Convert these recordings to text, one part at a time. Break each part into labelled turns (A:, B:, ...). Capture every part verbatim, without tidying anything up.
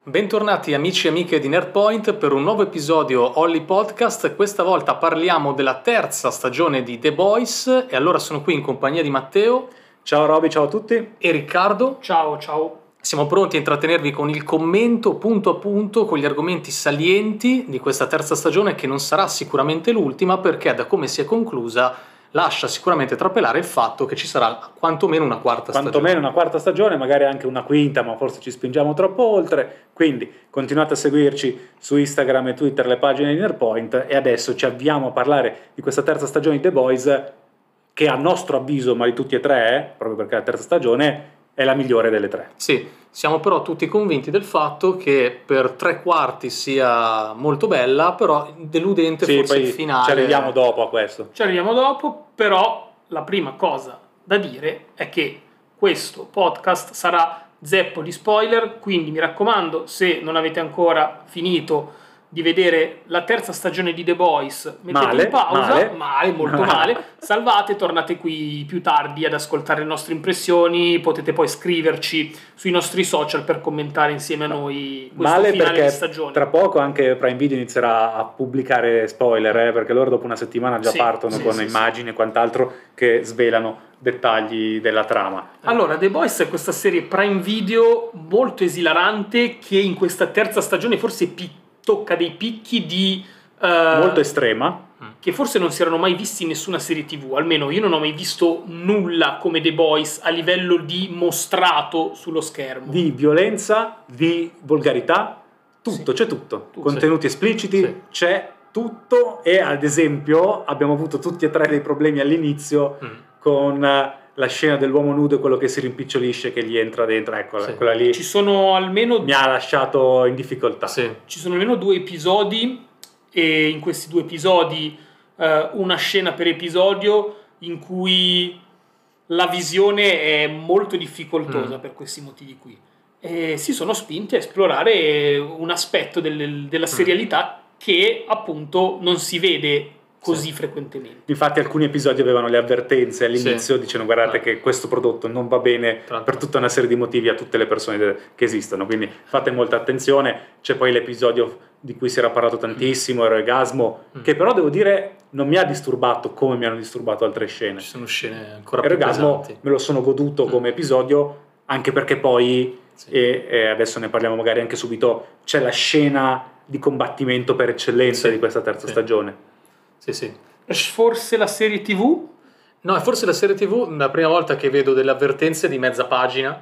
A: Bentornati amici e amiche di Nerdpoint per un nuovo episodio Holly Podcast. Questa volta parliamo della terza stagione di The Boys e allora sono qui in compagnia di Matteo.
B: Ciao Roby, ciao a tutti.
A: E Riccardo.
C: Ciao, ciao.
A: Siamo pronti a intrattenervi con il commento punto a punto con gli argomenti salienti di questa terza stagione, che non sarà sicuramente l'ultima perché da come si è conclusa lascia sicuramente trapelare il fatto che ci sarà quantomeno una quarta
B: quantomeno
A: stagione.
B: Quantomeno una quarta stagione, magari anche una quinta, ma forse ci spingiamo troppo oltre. Quindi continuate a seguirci su Instagram e Twitter, le pagine di Nerdpoint, e adesso ci avviamo a parlare di questa terza stagione di The Boys, che a nostro avviso, ma di tutti e tre, eh, proprio perché la terza stagione è la migliore delle tre.
A: Sì, siamo però tutti convinti del fatto che per tre quarti sia molto bella, però deludente
B: sì,
A: forse
B: poi
A: il finale.
B: Ci arriviamo dopo a questo.
C: Ci arriviamo dopo, però la prima cosa da dire è che questo podcast sarà zeppo di spoiler, quindi mi raccomando, se non avete ancora finito di vedere la terza stagione di The Boys, mettete
B: male,
C: in pausa,
B: male,
C: male molto male, salvate, tornate qui più tardi ad ascoltare le nostre impressioni, potete poi scriverci sui nostri social per commentare insieme a noi questo
B: male
C: finale
B: perché
C: di stagione.
B: Tra poco anche Prime Video inizierà a pubblicare spoiler, eh, perché loro dopo una settimana già
C: sì,
B: partono
C: sì,
B: con
C: sì,
B: immagini sì. e quant'altro che svelano dettagli della trama.
C: Allora, The Boys è questa serie Prime Video molto esilarante che in questa terza stagione forse pi- tocca dei picchi di uh,
B: molto estrema,
C: che forse non si erano mai visti in nessuna serie tivù. Almeno io non ho mai visto nulla come The Boys a livello di mostrato sullo schermo,
B: di violenza, di volgarità, tutto, sì. c'è tutto, tutto contenuti sì. espliciti, sì. c'è tutto. E ad esempio abbiamo avuto tutti e tre dei problemi all'inizio mm. con la scena dell'uomo nudo e quello che si rimpicciolisce, che gli entra dentro, ecco, sì. quella lì
C: ci sono almeno
B: mi ha lasciato in difficoltà.
A: Sì.
C: Ci sono almeno due episodi, e in questi due episodi eh, una scena per episodio in cui la visione è molto difficoltosa mm. per questi motivi qui, e si sono spinti a esplorare un aspetto del, della serialità mm. che appunto non si vede così sì. frequentemente.
B: Infatti alcuni episodi avevano le avvertenze all'inizio,
A: sì.
B: dicendo guardate ah. che questo prodotto non va bene Tanto. per tutta una serie di motivi a tutte le persone che esistono, quindi fate molta attenzione. C'è poi l'episodio di cui si era parlato tantissimo, mm. Erogasmo, mm. che però devo dire non mi ha disturbato come mi hanno disturbato altre scene.
A: Ci sono scene ancora
B: Erogasmo
A: più pesanti.
B: Me lo sono goduto mm. come episodio, anche perché poi sì. e, e adesso ne parliamo magari anche subito, c'è la scena di combattimento per eccellenza sì. di questa terza sì. stagione.
A: Sì, sì.
C: Forse la serie tivù?
A: No, è forse la serie tivù la prima volta che vedo delle avvertenze di mezza pagina.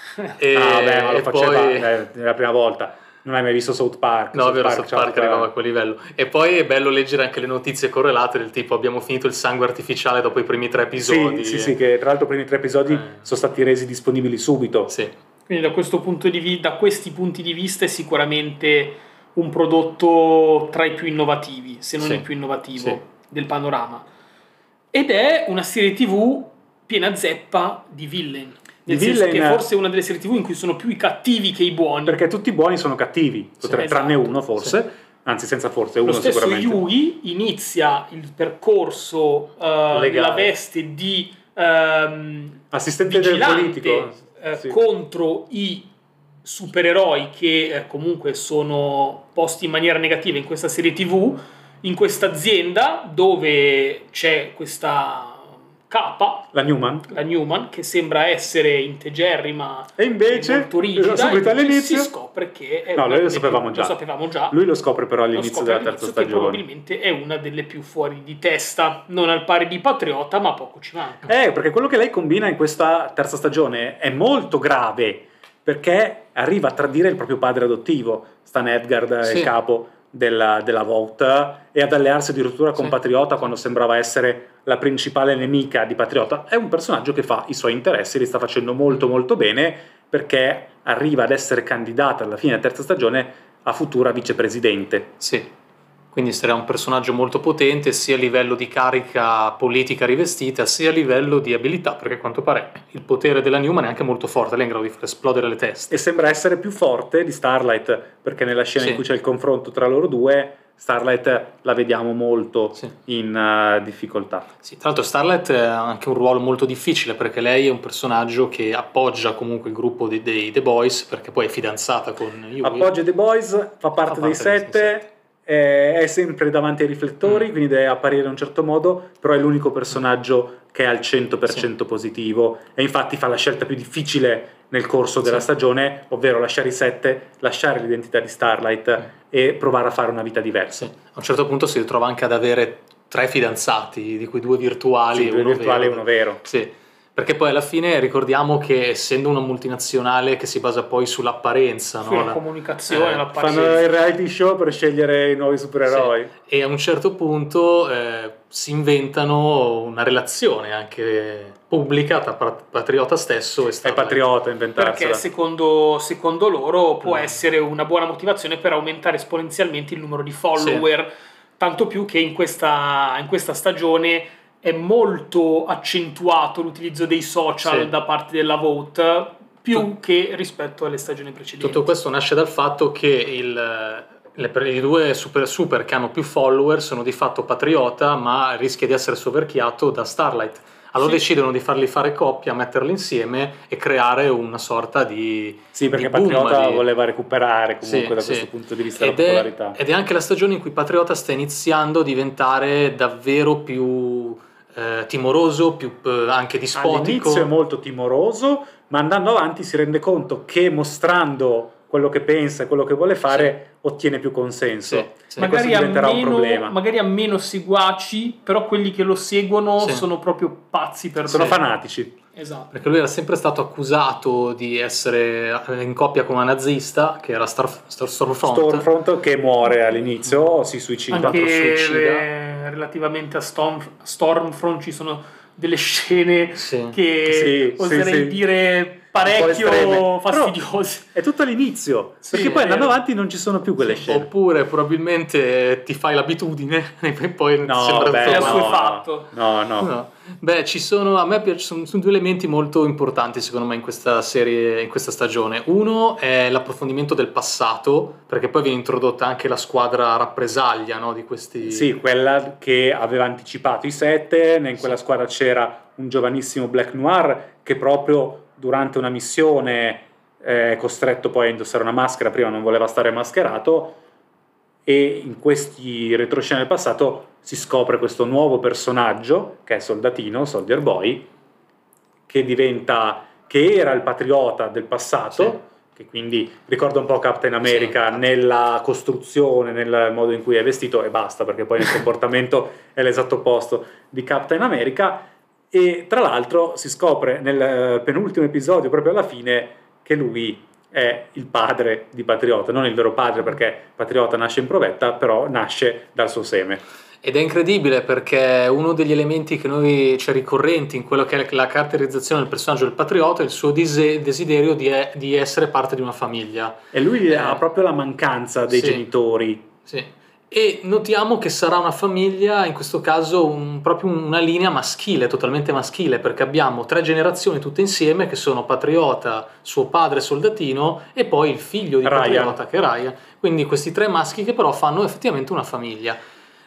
B: E, ah, beh, ma lo faceva
A: poi...
B: eh, la prima volta. Non hai mai visto South Park?
A: No,
B: South
A: vero,
B: Park,
A: South Park arrivava a quel livello. E poi è bello leggere anche le notizie correlate del tipo abbiamo finito il sangue artificiale dopo i primi tre episodi.
B: Sì, sì, sì, che tra l'altro i primi tre episodi eh. sono stati resi disponibili subito.
A: Sì.
C: Quindi da questo punto di vista, da questi punti di vista è sicuramente un prodotto tra i più innovativi, se non sì. il più innovativo sì. del panorama. Ed è una serie tivù piena zeppa di villain. Nel
B: di
C: senso
B: villain,
C: che forse è una delle serie tivù in cui sono più i cattivi che i buoni.
B: Perché tutti i buoni sono cattivi, sì, esatto. tranne uno forse, sì. anzi senza forse, uno
C: Lo stesso
B: sicuramente.
C: Yui inizia il percorso uh, nella veste di um,
B: assistente del politico
C: uh,
B: sì.
C: contro i supereroi che eh, comunque sono posti in maniera negativa in questa serie tivù, in questa azienda dove c'è questa capa,
B: la Newman,
C: la Newman che sembra essere integerrima
B: e invece
C: molto rigida,
B: subito all'inizio
C: si scopre che è
B: no, noi lo sapevamo, già.
C: lo sapevamo già
B: lui lo scopre però all'inizio
C: scopre
B: della
C: all'inizio
B: terza stagione,
C: che probabilmente è una delle più fuori di testa, non al pari di Patriota, ma poco ci manca.
B: Eh, perché quello che lei combina in questa terza stagione è molto grave, perché arriva a tradire il proprio padre adottivo, Stan Edgard, sì. il capo della, della Vought, e ad allearsi addirittura con sì. Patriota quando sembrava essere la principale nemica di Patriota. È un personaggio che fa i suoi interessi, li sta facendo molto molto bene, perché arriva ad essere candidata alla fine della terza stagione a futura vicepresidente.
A: Sì. Quindi sarà un personaggio molto potente sia a livello di carica politica rivestita sia a livello di abilità, perché a quanto pare il potere della Newman è anche molto forte, lei è in grado di far esplodere le teste.
B: E sembra essere più forte di Starlight, perché nella scena sì. in cui c'è il confronto tra loro due Starlight la vediamo molto
A: sì.
B: in uh, difficoltà.
A: Sì, tra l'altro Starlight ha anche un ruolo molto difficile perché lei è un personaggio che appoggia comunque il gruppo dei, dei The Boys, perché poi è fidanzata con Yui.
B: Appoggia The Boys, fa parte, fa parte dei sette, è, è sempre davanti ai riflettori, mm. quindi deve apparire in un certo modo, però è l'unico personaggio che è al cento per cento sì. positivo, e infatti fa la scelta più difficile nel corso della sì. stagione, ovvero lasciare i sette, lasciare l'identità di Starlight mm. e provare a fare una vita diversa.
A: Sì. A un certo punto si ritrova anche ad avere tre fidanzati, di cui due virtuali
B: sì,
A: e
B: due
A: uno
B: virtuali
A: vero.
B: e uno vero.
A: Sì. Perché poi alla fine ricordiamo che essendo una multinazionale che si basa poi sull'apparenza,
C: sulla
A: no?
C: comunicazione,
A: eh,
C: l'apparenza.
B: Fanno il reality show per scegliere i nuovi supereroi.
A: Sì. E a un certo punto eh, si inventano una relazione anche pubblica tra Patriota stesso e Starlight.
B: È Patriota inventarsela.
C: Perché secondo, secondo loro può mm. essere una buona motivazione per aumentare esponenzialmente il numero di follower, sì. tanto più che in questa, in questa stagione è molto accentuato l'utilizzo dei social sì. da parte della Vote, più che rispetto alle stagioni precedenti.
A: Tutto questo nasce dal fatto che il, le, i due super super che hanno più follower sono di fatto Patriota, ma rischia di essere soverchiato da Starlight. Allora sì. decidono di farli fare coppia, metterli insieme e creare una sorta di
B: Sì, perché
A: di boom,
B: Patriota
A: di...
B: voleva recuperare comunque
A: sì,
B: da
A: sì.
B: questo punto di vista
A: ed
B: la
A: è,
B: popolarità.
A: Ed è anche la stagione in cui Patriota sta iniziando a diventare davvero più eh, timoroso, più eh, anche dispotico.
B: All'inizio è molto timoroso, ma andando avanti si rende conto che mostrando quello che pensa e quello che vuole fare sì. ottiene più consenso. Sì, sì.
C: Magari,
B: diventerà
C: a meno,
B: un problema.
C: magari ha meno seguaci, però quelli che lo seguono
A: sì.
C: sono proprio pazzi per
B: sono
C: sé.
B: fanatici.
C: Esatto.
A: Perché lui era sempre stato accusato di essere in coppia con una nazista che era Star, Star, Stormfront.
B: Stormfront che muore all'inizio, si suicida.
C: Anche
A: suicida.
C: Eh, relativamente a Storm, Stormfront ci sono delle scene
A: sì.
C: che
B: sì,
C: oserei
B: sì, sì.
C: dire parecchio fastidiose.
B: È tutto all'inizio, sì, perché poi andando avanti non ci sono più quelle
A: sì.
B: scene.
A: Oppure probabilmente ti fai l'abitudine e poi
B: no,
A: sembra
B: beh,
C: è
B: no,
C: assuefatto.
B: No, no,
A: no. Beh, ci sono, a me piacciono, sono due elementi molto importanti secondo me in questa serie, in questa stagione. Uno è l'approfondimento del passato, perché poi viene introdotta anche la squadra rappresaglia, no, di questi...
B: Sì, quella che aveva anticipato i sette, in quella sì. squadra c'era un giovanissimo Black Noir che proprio durante una missione è costretto poi a indossare una maschera, prima non voleva stare mascherato, e in questi retroscena del passato si scopre questo nuovo personaggio che è Soldatino, Soldier Boy, che diventa, che era il patriota del passato, sì. che quindi ricorda un po' Captain America sì. nella costruzione, nel modo in cui è vestito, e basta, perché poi nel comportamento è l'esatto opposto di Captain America. E tra l'altro si scopre nel penultimo episodio, proprio alla fine, che lui è il padre di Patriota, non il vero padre, perché Patriota nasce in provetta, però nasce dal suo seme.
A: Ed è incredibile perché uno degli elementi che noi, cioè ricorrenti in quello che è la caratterizzazione del personaggio del Patriota è il suo dise- desiderio di, è, di essere parte di una famiglia.
B: E lui
A: eh,
B: ha proprio la mancanza dei
A: sì,
B: genitori.
A: Sì. E notiamo che sarà una famiglia, in questo caso un, proprio una linea maschile, totalmente maschile, perché abbiamo tre generazioni tutte insieme che sono Patriota, suo padre Soldatino e poi il figlio di
B: Ryan.
A: Patriota che è Ryan. Quindi questi tre maschi che però fanno effettivamente una famiglia.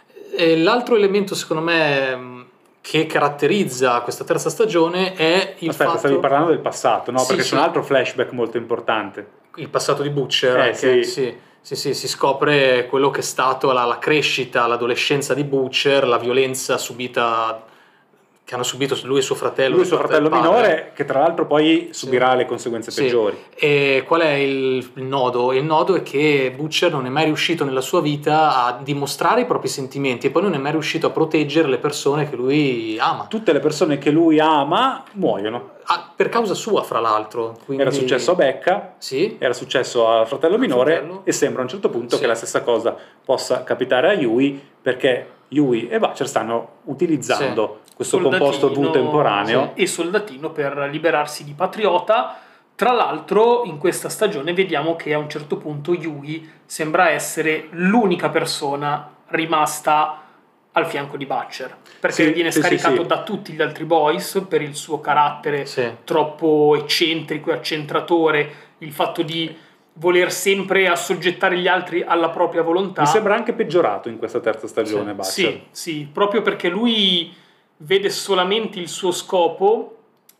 A: E l'altro elemento secondo me che caratterizza questa terza stagione è il
B: Aspetta,
A: fatto...
B: stavi parlando del passato, no?
A: Sì,
B: Perché
A: sì.
B: c'è un altro flashback molto importante.
A: Il passato di Butcher,
B: eh,
A: che,
B: sì.
A: sì. Sì, sì, si scopre quello che è stato la, la crescita, l'adolescenza di Butcher, la violenza subita che hanno subito lui e suo fratello.
B: Lui e suo fratello minore, che tra l'altro poi subirà sì. le conseguenze
A: sì.
B: peggiori.
A: E qual è il, il nodo? Il nodo è che Butcher non è mai riuscito nella sua vita a dimostrare i propri sentimenti e poi non è mai riuscito a proteggere le persone che lui ama.
B: Tutte le persone che lui ama muoiono.
A: Ah, per causa sua, fra l'altro. Quindi...
B: Era successo a Becca,
A: sì.
B: era successo al fratello minore
A: fratello.
B: E sembra a un certo punto
A: sì.
B: che la stessa cosa possa capitare a Yui, perché Yui e Butcher stanno utilizzando sì. questo
C: Soldatino,
B: composto V temporaneo
C: sì. e Soldatino per liberarsi di Patriota. Tra l'altro in questa stagione vediamo che a un certo punto Yui sembra essere l'unica persona rimasta al fianco di Butcher, perché
B: sì,
C: viene
B: sì,
C: scaricato
B: sì, sì.
C: da tutti gli altri boys per il suo carattere
A: sì.
C: troppo eccentrico e accentratore, il fatto di voler sempre assoggettare gli altri alla propria volontà.
B: Mi sembra anche peggiorato in questa terza stagione,
C: sì,
B: Butcher.
C: Sì, sì, proprio perché lui vede solamente il suo scopo,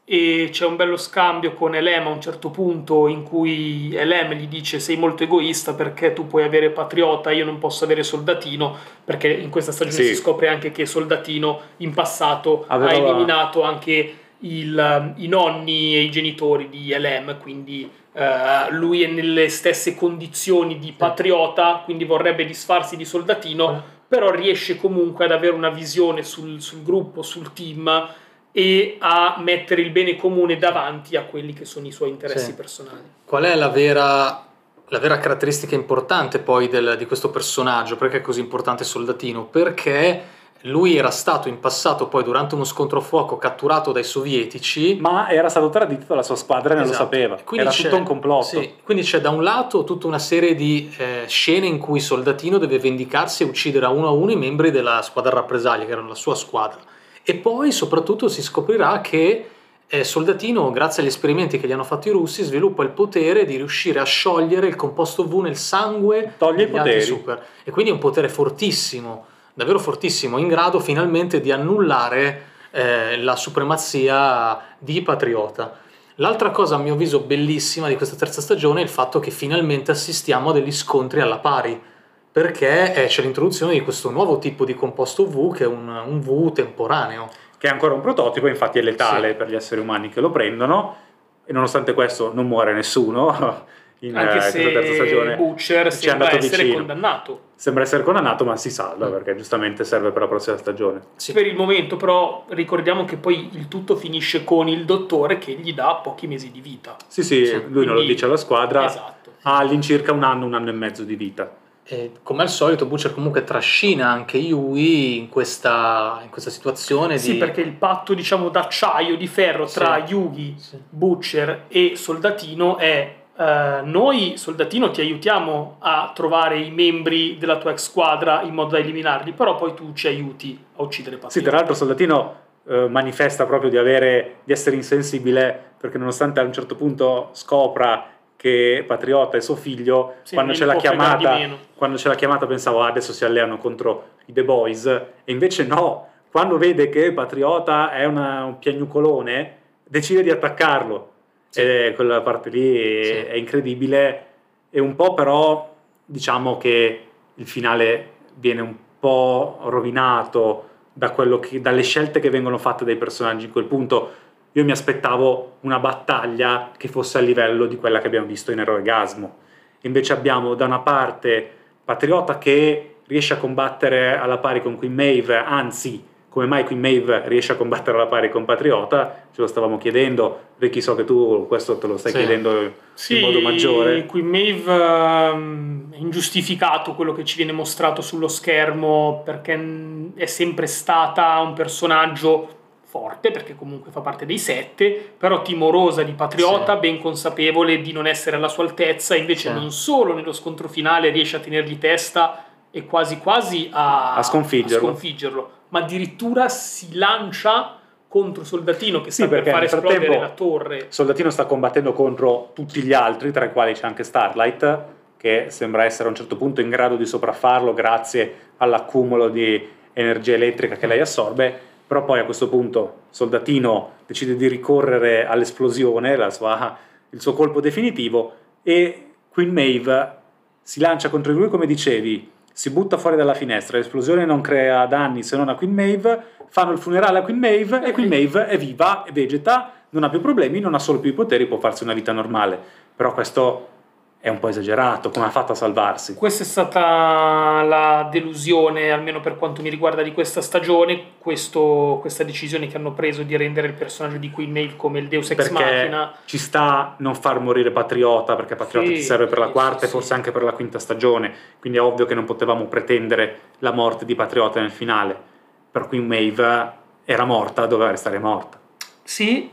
C: e c'è un bello scambio con Elem a un certo punto in cui Elem gli dice: sei molto egoista perché tu puoi avere Patriota, io non posso avere Soldatino, perché in questa stagione
B: sì.
C: si scopre anche che Soldatino in passato
B: Aveva...
C: ha eliminato anche il, i nonni e i genitori di Elem, quindi Uh, lui è nelle stesse condizioni di Patriota, quindi vorrebbe disfarsi di Soldatino, eh. però riesce comunque ad avere una visione sul, sul gruppo, sul team, e a mettere il bene comune davanti a quelli che sono i suoi interessi sì. personali.
A: Qual è la vera, la vera caratteristica importante poi del, di questo personaggio? Perché è così importante Soldatino? Perché lui era stato in passato, poi durante uno scontro a fuoco, catturato dai sovietici,
B: ma era stato tradito dalla sua squadra e non esatto. lo sapeva. Quindi era tutto un complotto.
A: Sì, quindi c'è da un lato tutta una serie di eh, scene in cui Soldatino deve vendicarsi e uccidere a uno a uno i membri della squadra rappresaglia, che erano la sua squadra, e poi soprattutto si scoprirà che eh, Soldatino, grazie agli esperimenti che gli hanno fatto i russi, sviluppa il potere di riuscire a sciogliere il composto V nel sangue,
B: toglie i poteri
A: super, e quindi è un potere fortissimo, davvero fortissimo, in grado finalmente di annullare eh, la supremazia di Patriota. L'altra cosa, a mio avviso, bellissima di questa terza stagione è il fatto che finalmente assistiamo a degli scontri alla pari, perché eh, c'è l'introduzione di questo nuovo tipo di composto V, che è un, un V temporaneo.
B: Che è ancora un prototipo, infatti è letale sì. per gli esseri umani che lo prendono, e nonostante questo non muore nessuno. In,
C: Anche
B: eh,
C: se
B: terza stagione
C: Butcher
B: ci è
C: sembra
B: andato
C: essere
B: vicino.
C: condannato.
B: Sembra essere condannato, ma si salva mm. perché giustamente serve per la prossima stagione.
C: Sì. Per il momento, però, ricordiamo che poi il tutto finisce con il dottore che gli dà pochi mesi di vita.
B: Sì, sì, sì. lui Quindi, non lo dice alla squadra.
C: Esatto.
B: Ha all'incirca un anno, un anno e mezzo di vita.
A: E come al solito Butcher comunque trascina anche Yui in questa, in questa situazione.
C: Sì,
A: di...
C: perché il patto, diciamo, d'acciaio, di ferro tra sì. Yugi, sì. Butcher e Soldatino è: Uh, noi Soldatino ti aiutiamo a trovare i membri della tua ex squadra in modo da eliminarli, però poi tu ci aiuti a uccidere Patriota.
B: Sì, tra l'altro Soldatino uh, manifesta proprio di avere di essere insensibile, perché nonostante a un certo punto scopra che Patriota è suo figlio, sì, quando c'è la chiamata quando c'è la chiamata pensavo ah, adesso si alleano contro i The Boys, e invece no, quando vede che Patriota è una, un piagnucolone decide di attaccarlo. Sì. E quella parte lì sì. è incredibile, e un po' però diciamo che il finale viene un po' rovinato da quello che, dalle scelte che vengono fatte dai personaggi. In quel punto io mi aspettavo una battaglia che fosse a livello di quella che abbiamo visto in Eroegasmo, invece abbiamo da una parte Patriota che riesce a combattere alla pari con Queen Maeve, anzi come mai Queen Maeve riesce a combattere alla pari con Patriota, ce lo stavamo chiedendo. Ricky, so che tu questo te lo stai sì. chiedendo
C: sì,
B: in modo maggiore.
C: Queen Maeve um, è ingiustificato quello che ci viene mostrato sullo schermo, perché è sempre stata un personaggio forte, perché comunque fa parte dei sette, però timorosa di Patriota, sì. ben consapevole di non essere alla sua altezza. Invece sì. non solo nello scontro finale riesce a tenergli testa e quasi quasi a,
B: a, sconfiggerlo.
C: a sconfiggerlo, ma addirittura si lancia contro Soldatino che sta
B: sì,
C: per fare esplodere la torre.
B: Soldatino sta combattendo contro tutti gli altri, tra i quali c'è anche Starlight, che sembra essere a un certo punto in grado di sopraffarlo grazie all'accumulo di energia elettrica che lei assorbe, però poi a questo punto Soldatino decide di ricorrere all'esplosione, la sua, il suo colpo definitivo, e Queen Maeve si lancia contro di lui, come dicevi, si butta fuori dalla finestra, l'esplosione non crea danni se non a Queen Maeve, fanno il funerale a Queen Maeve e Queen Maeve è viva, è vegeta, non ha più problemi, non ha solo più i poteri, può farsi una vita normale. Però questo è un po' esagerato, come ha fatto a salvarsi?
C: Questa è stata la delusione, almeno per quanto mi riguarda, di questa stagione, questo, questa decisione che hanno preso di rendere il personaggio di Queen Maeve come il Deus Ex
B: perché
C: Machina.
B: Ci sta non far morire Patriota, perché Patriota sì, ti serve per la quarta sì, e forse sì. anche per la quinta stagione, quindi è ovvio che non potevamo pretendere la morte di Patriota nel finale, però Queen Maeve era morta, doveva restare morta.
C: Sì,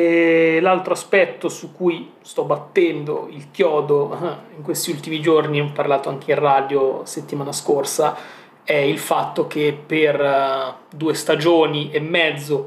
C: e l'altro aspetto su cui sto battendo il chiodo in questi ultimi giorni, ho parlato anche in radio settimana scorsa, è il fatto che per due stagioni e mezzo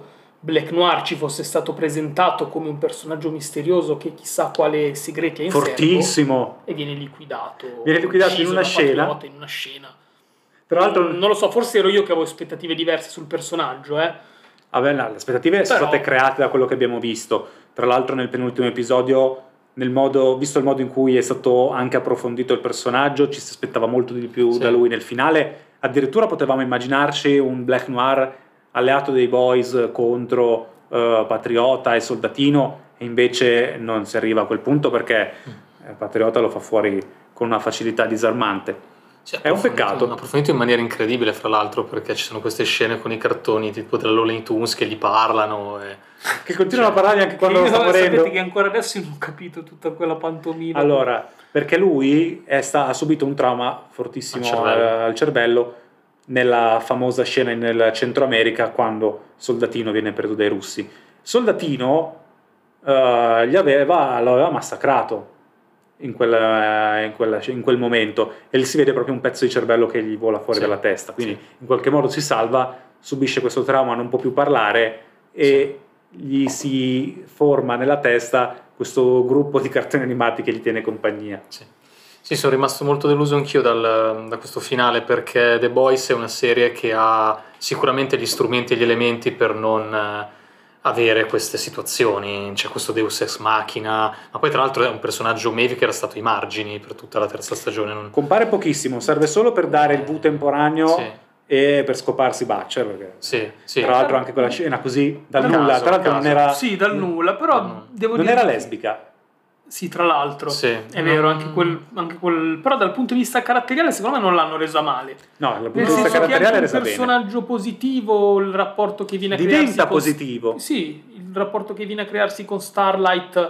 C: Black Noir ci fosse stato presentato come un personaggio misterioso che chissà quale segreti ha in
B: fortissimo
C: serbo, e viene liquidato
B: viene liquidato in una scena
C: in una scena
B: tra l'altro
C: non lo so, forse ero io che avevo aspettative diverse sul personaggio eh.
B: Vabbè, no, le aspettative Però... sono state create da quello che abbiamo visto. Tra l'altro nel penultimo episodio, nel modo, visto il modo in cui è stato anche approfondito il personaggio, ci si aspettava molto di più sì. da lui nel finale. Addirittura potevamo immaginarci un Black Noir alleato dei Boys contro uh, Patriota e Soldatino, e invece non si arriva a quel punto perché mm. Patriota lo fa fuori con una facilità disarmante.
A: Sì,
B: è un peccato.
A: Approfondito in maniera incredibile, fra l'altro, perché ci sono queste scene con i cartoni tipo della Looney Tunes che gli parlano e...
B: che continuano cioè, a parlare anche quando lo sta morendo.
C: Sapete che ancora adesso non ho capito tutta quella pantomima.
B: Allora, perché lui è sta, ha subito un trauma fortissimo al cervello. al cervello nella famosa scena nel Centro America quando Soldatino viene preso dai russi. Soldatino uh, gli aveva, lo aveva massacrato in quel, in, quel, in quel momento, e si vede proprio un pezzo di cervello che gli vola fuori sì, dalla testa, quindi sì. in qualche modo si salva, subisce questo trauma, non può più parlare e sì. gli si forma nella testa questo gruppo di cartoni animati che gli tiene compagnia.
A: Sì, sì sono rimasto molto deluso anch'io dal, da questo finale, perché The Boys è una serie che ha sicuramente gli strumenti e gli elementi per non avere queste situazioni, c'è questo Deus Ex Machina, ma poi tra l'altro è un personaggio Maeve che era stato ai margini per tutta la terza stagione. Non...
B: compare pochissimo, serve solo per dare il V temporaneo sì. e per scoparsi Butcher, perché
A: sì, sì.
B: tra l'altro anche quella scena così dal per nulla, caso, tra l'altro non era
C: sì dal nulla, però
B: no.
C: devo
B: non
C: dire
B: era lesbica.
C: Sì, tra l'altro,
A: sì.
C: è vero, anche quel, anche quel... però dal punto di vista caratteriale secondo me non l'hanno resa male.
B: No, dal punto di vista caratteriale resa bene.
C: Il personaggio positivo, il rapporto che viene a
B: diventa
C: crearsi
B: diventa positivo.
C: Con... sì, il rapporto che viene a crearsi con Starlight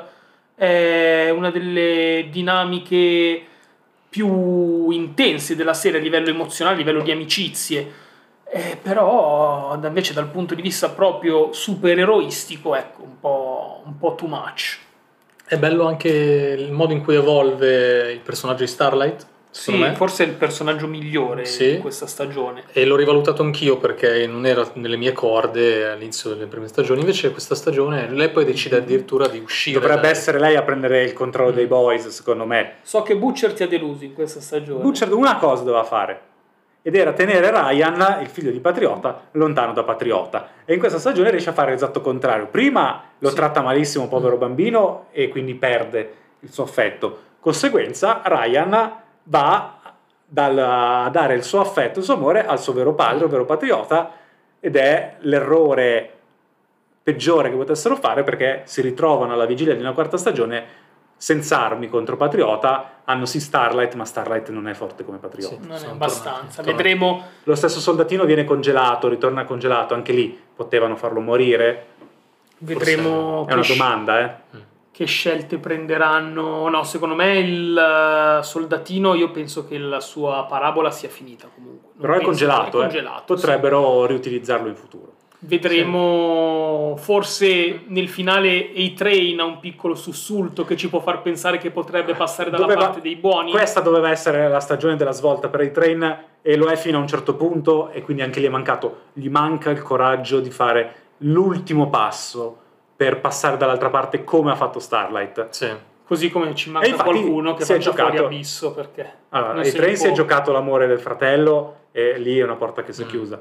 C: è una delle dinamiche più intense della serie a livello emozionale, a livello di amicizie. Eh, però invece dal punto di vista proprio supereroistico, ecco, un po', un po' too much.
A: È bello anche il modo in cui evolve il personaggio di Starlight.
C: Sì,
A: me.
C: forse è il personaggio migliore sì. di questa stagione.
A: E l'ho rivalutato anch'io perché non era nelle mie corde all'inizio delle prime stagioni. Invece questa stagione lei poi decide addirittura di uscire.
B: Dovrebbe
A: dai...
B: essere lei a prendere il controllo mm. dei Boys, secondo me.
C: So che Butcher ti ha deluso in questa stagione.
B: Butcher una cosa doveva fare, ed era tenere Ryan, il figlio di Patriota, lontano da Patriota. E in questa stagione riesce a fare l'esatto contrario. Prima lo sì. tratta malissimo, povero bambino, e quindi perde il suo affetto. Conseguenza, Ryan va dal, a dare il suo affetto, il suo amore al suo vero padre, il vero Patriota, ed è l'errore peggiore che potessero fare, perché si ritrovano alla vigilia di una quarta stagione senza armi contro Patriota. Hanno sì Starlight, ma Starlight non è forte come Patriota.
C: Sì, non è abbastanza. Tornati. Vedremo.
B: Lo stesso Soldatino viene congelato, ritorna congelato, anche lì potevano farlo morire.
C: Vedremo.
B: Forse è una
C: sc-
B: domanda, eh.
C: Che scelte prenderanno? No, secondo me il Soldatino, io penso che la sua parabola sia finita comunque. Non
B: Però è congelato,
C: è congelato
B: eh. Potrebbero sì. riutilizzarlo in futuro.
C: Vedremo, sì. forse nel finale A-Train ha un piccolo sussulto che ci può far pensare che potrebbe passare dalla
B: doveva,
C: parte dei buoni.
B: Questa doveva essere la stagione della svolta per A-Train e lo è fino a un certo punto, e quindi anche lì è mancato. Gli manca il coraggio di fare l'ultimo passo per passare dall'altra parte come ha fatto Starlight.
A: Sì.
C: Così come ci manca qualcuno che faccia
B: giocato,
C: fuori Abisso, perché
B: allora, A-Train si è giocato l'amore del fratello e lì è una porta che si è mm. chiusa.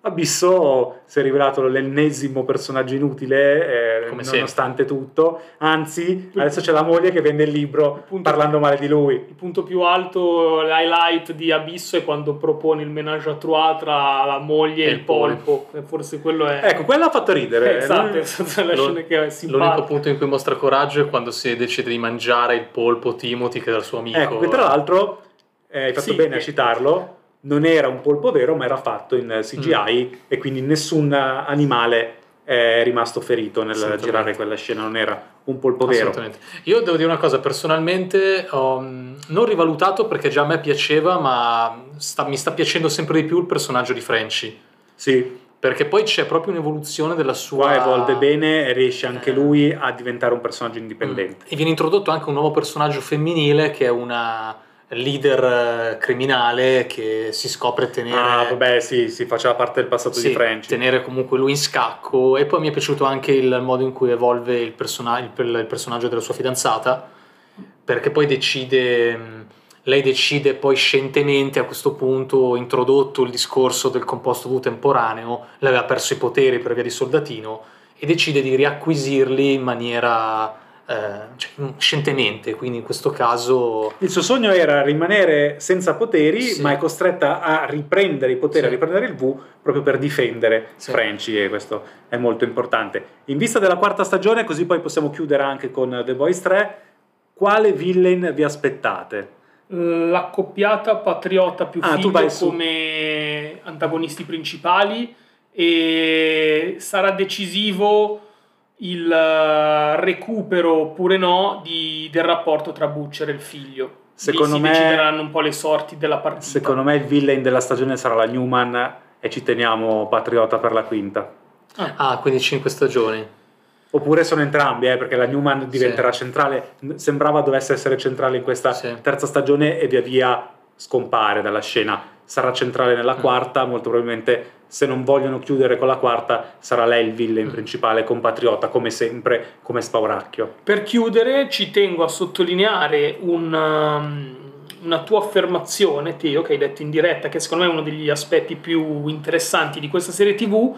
B: Abisso si è rivelato l'ennesimo personaggio inutile, eh, nonostante sempre. tutto. Anzi, adesso c'è la moglie che vende il libro il parlando male di lui.
C: Il punto più alto, l'highlight di Abisso è quando propone il ménage à trois tra la moglie e, e il polpo. polpo. Forse quello è.
B: Ecco, quello ha fatto ridere.
C: Esatto, è stata la scena che è simpatica.
A: L'unico punto in cui mostra coraggio è quando si decide di mangiare il polpo Timothy, che era il suo amico.
B: Ecco, che tra l'altro eh, hai fatto sì, bene che... a citarlo. Non era un polpo vero, ma era fatto in C G I mm. e quindi nessun animale è rimasto ferito nel girare quella scena, non era un polpo vero.
A: Io devo dire una cosa, personalmente ho non rivalutato perché già a me piaceva, ma sta, mi sta piacendo sempre di più il personaggio di Frenchy.
B: Sì.
A: Perché poi c'è proprio un'evoluzione della sua...
B: Qua evolve bene e riesce anche lui a diventare un personaggio indipendente.
A: Mm. E viene introdotto anche un nuovo personaggio femminile che è una... leader criminale che si scopre tenere...
B: Ah, vabbè, sì, si faceva parte del passato
A: sì,
B: di Frenchy.
A: tenere comunque lui in scacco. E poi mi è piaciuto anche il modo in cui evolve il, persona- il, il personaggio della sua fidanzata, perché poi decide... Lei decide poi scientemente, a questo punto, introdotto il discorso del composto V temporaneo, lei aveva perso i poteri per via di Soldatino, e decide di riacquisirli in maniera... Eh, cioè, scientemente, quindi in questo caso
B: il suo sogno era rimanere senza poteri,
A: sì.
B: ma è costretta a riprendere i poteri, sì. a riprendere il V proprio per difendere sì. Frenchy, e questo è molto importante. In vista della quarta stagione, così poi possiamo chiudere anche con The Boys tre, quale villain vi aspettate?
C: L'accoppiata Patriota più
B: ah,
C: Figlio come antagonisti principali, e sarà decisivo il recupero oppure no di, del rapporto tra Butcher e il figlio.
B: Secondo
C: Lì
B: me
C: si decideranno un po' le sorti della partita.
B: Secondo me il villain della stagione sarà la Newman, e ci teniamo Patriota per la quinta.
A: Ah, ah quindi cinque stagioni.
B: Oppure sono entrambi, eh, perché la Newman diventerà
A: sì.
B: centrale. Sembrava dovesse essere centrale in questa
A: sì.
B: terza stagione e via via scompare dalla scena. Sarà centrale nella mm. quarta, molto probabilmente. Se non vogliono chiudere con la quarta, sarà lei il villain mm. principale, compatriota, come sempre, come Spauracchio.
C: Per chiudere, ci tengo a sottolineare un, um, una tua affermazione, Teo, che hai detto in diretta, che secondo me è uno degli aspetti più interessanti di questa serie tivù,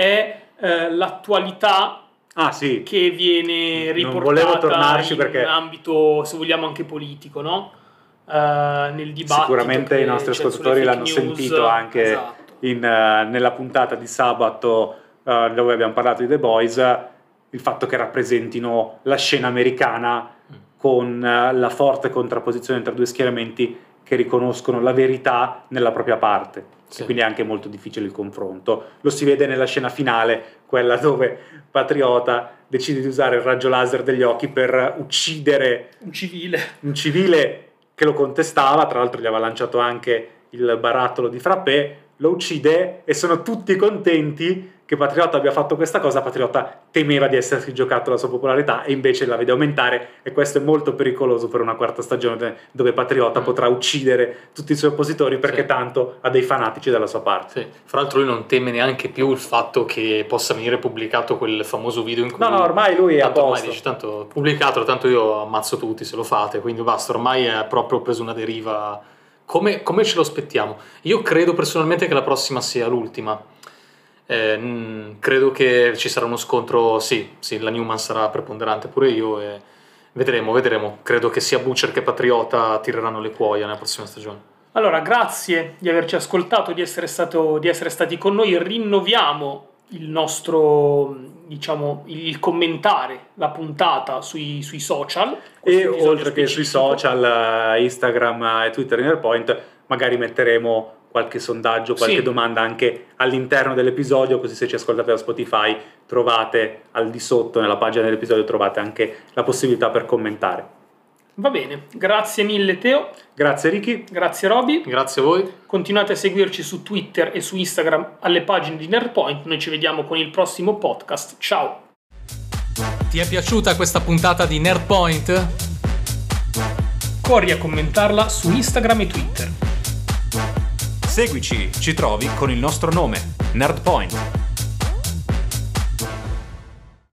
C: è eh, l'attualità
B: ah, sì.
C: che viene riportata
B: non volevo tornarci
C: in
B: perché...
C: ambito, se vogliamo, anche politico, no? Uh, nel dibattito.
B: Sicuramente i nostri ascoltatori l'hanno
C: news,
B: sentito anche...
C: Esatto.
B: In, uh, nella puntata di sabato uh, dove abbiamo parlato di The Boys, uh, il fatto che rappresentino la scena americana con uh, la forte contrapposizione tra due schieramenti che riconoscono la verità nella propria parte, sì. E quindi è anche molto difficile il confronto. Lo si vede nella scena finale, quella dove Patriota decide di usare il raggio laser degli occhi per uccidere
C: un civile,
B: un civile che lo contestava, tra l'altro gli aveva lanciato anche il barattolo di frappè, lo uccide e sono tutti contenti che Patriota abbia fatto questa cosa. Patriota temeva di essersi giocato la sua popolarità e invece la vede aumentare, e questo è molto pericoloso per una quarta stagione dove Patriota mm. potrà uccidere tutti i suoi oppositori perché sì. tanto ha dei fanatici dalla sua parte.
A: Sì. Fra l'altro lui non teme neanche più il fatto che possa venire pubblicato quel famoso video in cui
B: no no ormai lui è a posto,
A: ormai dice, tanto pubblicatelo, tanto io ammazzo tutti se lo fate, quindi basta, ormai è proprio preso una deriva. Come, come ce lo aspettiamo? Io credo personalmente che la prossima sia l'ultima. Eh, mh, credo che ci sarà uno scontro, sì, sì, la Newman sarà preponderante pure io, e vedremo, vedremo. Credo che sia Butcher che Patriota tireranno le cuoia nella prossima stagione.
C: Allora, grazie di averci ascoltato, di essere, stato, di essere stati con noi. Rinnoviamo il nostro, diciamo, il commentare la puntata sui, sui social.
B: E oltre che sui social, Instagram e Twitter, Nerpoint, magari metteremo qualche sondaggio, qualche sì. domanda anche all'interno dell'episodio, così se ci ascoltate da Spotify trovate al di sotto, nella pagina dell'episodio, trovate anche la possibilità per commentare.
C: Va bene, grazie mille Teo.
B: Grazie Ricky.
C: Grazie Roby.
A: Grazie a voi.
C: Continuate a seguirci su Twitter e su Instagram alle pagine di Nerdpoint. Noi ci vediamo con il prossimo podcast. Ciao.
A: Ti è piaciuta questa puntata di Nerdpoint?
C: Corri a commentarla su Instagram e Twitter.
D: Seguici, ci trovi con il nostro nome, Nerdpoint.